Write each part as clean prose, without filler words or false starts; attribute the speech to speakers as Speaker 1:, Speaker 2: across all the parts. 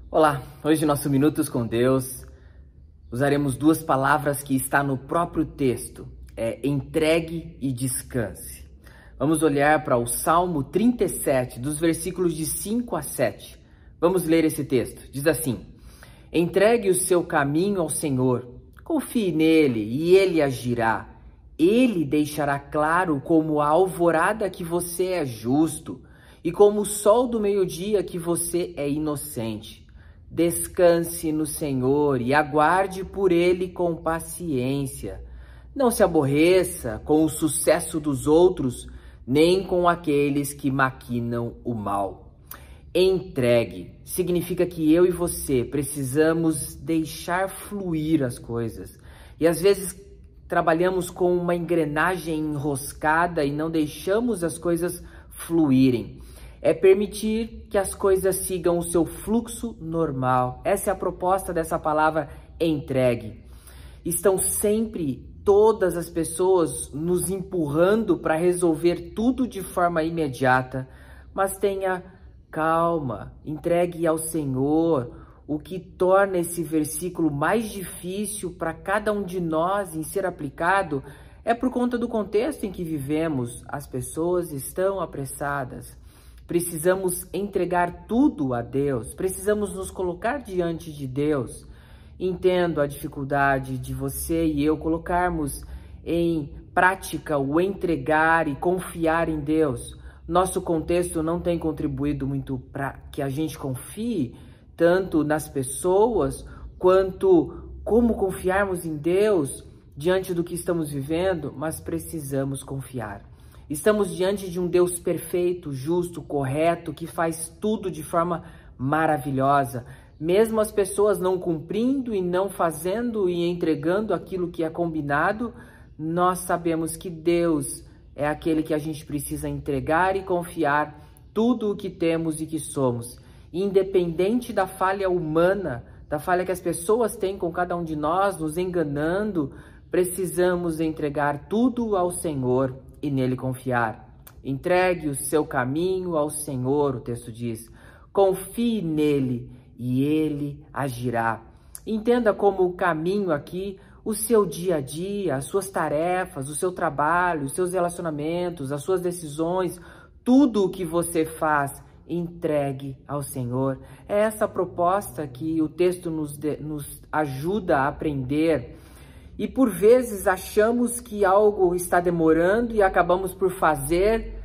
Speaker 1: Olá, hoje nosso Minutos com Deus usaremos duas palavras que está no próprio texto, entregue e descanse. Vamos olhar para o Salmo 37, dos versículos de 5 a 7. Vamos ler esse texto. Diz assim: entregue o seu caminho ao Senhor, confie nele e ele agirá. Ele deixará claro como a alvorada que você é justo e como o sol do meio-dia que você é inocente. Descanse no Senhor e aguarde por Ele com paciência. Não se aborreça com o sucesso dos outros, nem com aqueles que maquinam o mal. Entregue significa que eu e você precisamos deixar fluir as coisas. E às vezes trabalhamos com uma engrenagem enroscada e não deixamos as coisas fluírem. É permitir que as coisas sigam o seu fluxo normal. Essa é a proposta dessa palavra entregue. Estão sempre todas as pessoas nos empurrando para resolver tudo de forma imediata, mas tenha calma, entregue ao Senhor. O que torna esse versículo mais difícil para cada um de nós em ser aplicado é por conta do contexto em que vivemos. As pessoas estão apressadas. Precisamos entregar tudo a Deus, precisamos nos colocar diante de Deus. Entendo a dificuldade de você e eu colocarmos em prática o entregar e confiar em Deus. Nosso contexto não tem contribuído muito para que a gente confie, tanto nas pessoas, quanto como confiarmos em Deus diante do que estamos vivendo, mas precisamos confiar. Estamos diante de um Deus perfeito, justo, correto, que faz tudo de forma maravilhosa. Mesmo as pessoas não cumprindo e não fazendo e entregando aquilo que é combinado, nós sabemos que Deus é aquele que a gente precisa entregar e confiar tudo o que temos e que somos. Independente da falha humana, da falha que as pessoas têm com cada um de nós, nos enganando, precisamos entregar tudo ao Senhor e nele confiar. Entregue o seu caminho ao Senhor, o texto diz. Confie nele e ele agirá. Entenda como o caminho aqui, o seu dia a dia, as suas tarefas, o seu trabalho, os seus relacionamentos, as suas decisões, tudo o que você faz, entregue ao Senhor. É essa proposta que o texto nos ajuda a aprender. E por vezes achamos que algo está demorando e acabamos por fazer,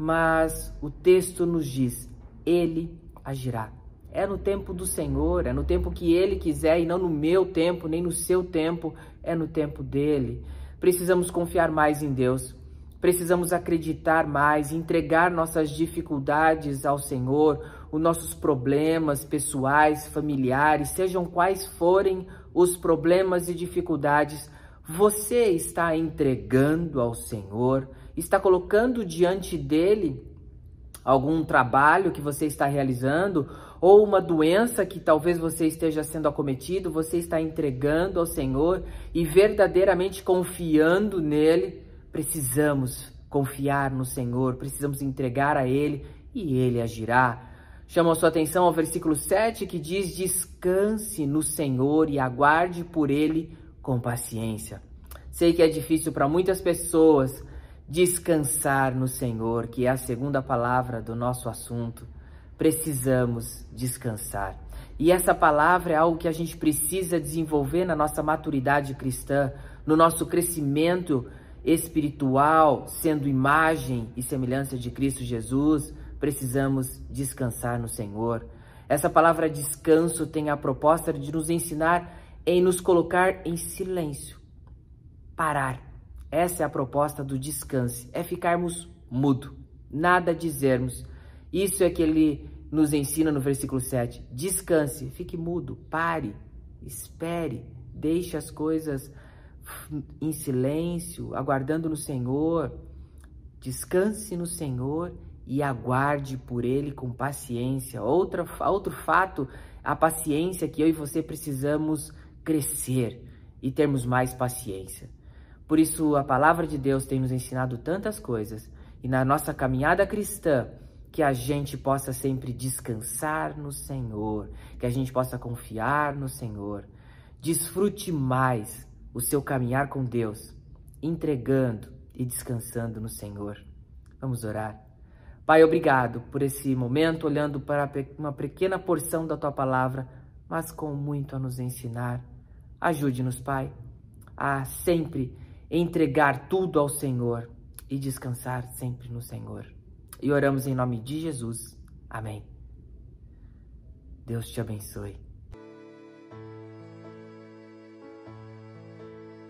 Speaker 1: mas o texto nos diz, Ele agirá. É no tempo do Senhor, é no tempo que Ele quiser e não no meu tempo, nem no seu tempo, é no tempo dEle. Precisamos confiar mais em Deus, precisamos acreditar mais, entregar nossas dificuldades ao Senhor, os nossos problemas pessoais, familiares, sejam quais forem os problemas e dificuldades, você está entregando ao Senhor, está colocando diante dele algum trabalho que você está realizando ou uma doença que talvez você esteja sendo acometido, você está entregando ao Senhor e verdadeiramente confiando nele. Precisamos confiar no Senhor, precisamos entregar a Ele e Ele agirá. Chama a sua atenção ao versículo 7 que diz, descanse no Senhor e aguarde por Ele com paciência. Sei que é difícil para muitas pessoas descansar no Senhor, que é a segunda palavra do nosso assunto. Precisamos descansar. E essa palavra é algo que a gente precisa desenvolver na nossa maturidade cristã, no nosso crescimento espiritual, sendo imagem e semelhança de Cristo Jesus. Precisamos descansar no Senhor. Essa palavra descanso tem a proposta de nos ensinar em nos colocar em silêncio, parar. Essa é a proposta do descanso, é ficarmos mudo, nada dizermos. Isso é que ele nos ensina no versículo 7. Descanse, fique mudo, pare, espere, deixe as coisas em silêncio, aguardando no Senhor. Descanse no Senhor e aguarde por Ele com paciência. Outro fato, a paciência que eu e você precisamos crescer e termos mais paciência. Por isso, a palavra de Deus tem nos ensinado tantas coisas. E na nossa caminhada cristã, que a gente possa sempre descansar no Senhor, que a gente possa confiar no Senhor. Desfrute mais o seu caminhar com Deus, entregando e descansando no Senhor. Vamos orar. Pai, obrigado por esse momento, olhando para uma pequena porção da Tua palavra, mas com muito a nos ensinar. Ajude-nos, Pai, a sempre entregar tudo ao Senhor e descansar sempre no Senhor. E oramos em nome de Jesus. Amém. Deus te abençoe.